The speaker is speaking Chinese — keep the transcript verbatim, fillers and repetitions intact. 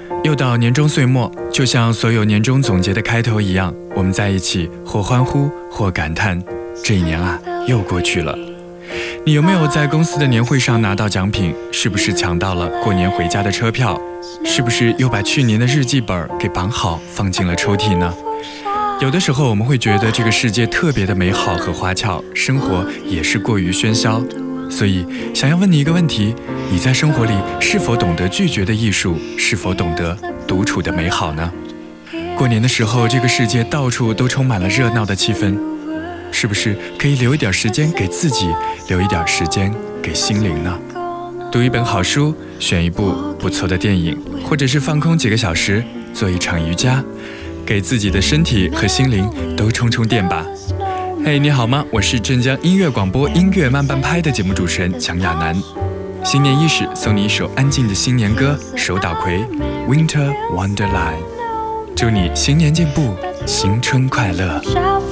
又到年终岁末，就像所有年终总结的开头一样，我们在一起或欢呼或感叹，这一年啊又过去了。你有没有在公司的年会上拿到奖品？是不是抢到了过年回家的车票？是不是又把去年的日记本给绑好放进了抽屉呢？有的时候我们会觉得这个世界特别的美好和花俏，生活也是过于喧嚣。所以想要问你一个问题，你在生活里是否懂得拒绝的艺术？是否懂得独处的美好呢？过年的时候，这个世界到处都充满了热闹的气氛，是不是可以留一点时间给自己，留一点时间给心灵呢？读一本好书，选一部不错的电影，或者是放空几个小时，做一场瑜伽，给自己的身体和心灵都充充电吧。嘿、hey, 你好吗？我是镇江音乐广播音乐慢半拍的节目主持人蒋亚楠。新年伊始，送你一首安静的新年歌，手岛葵 Winter Wonderland， 祝你新年进步，新春快乐。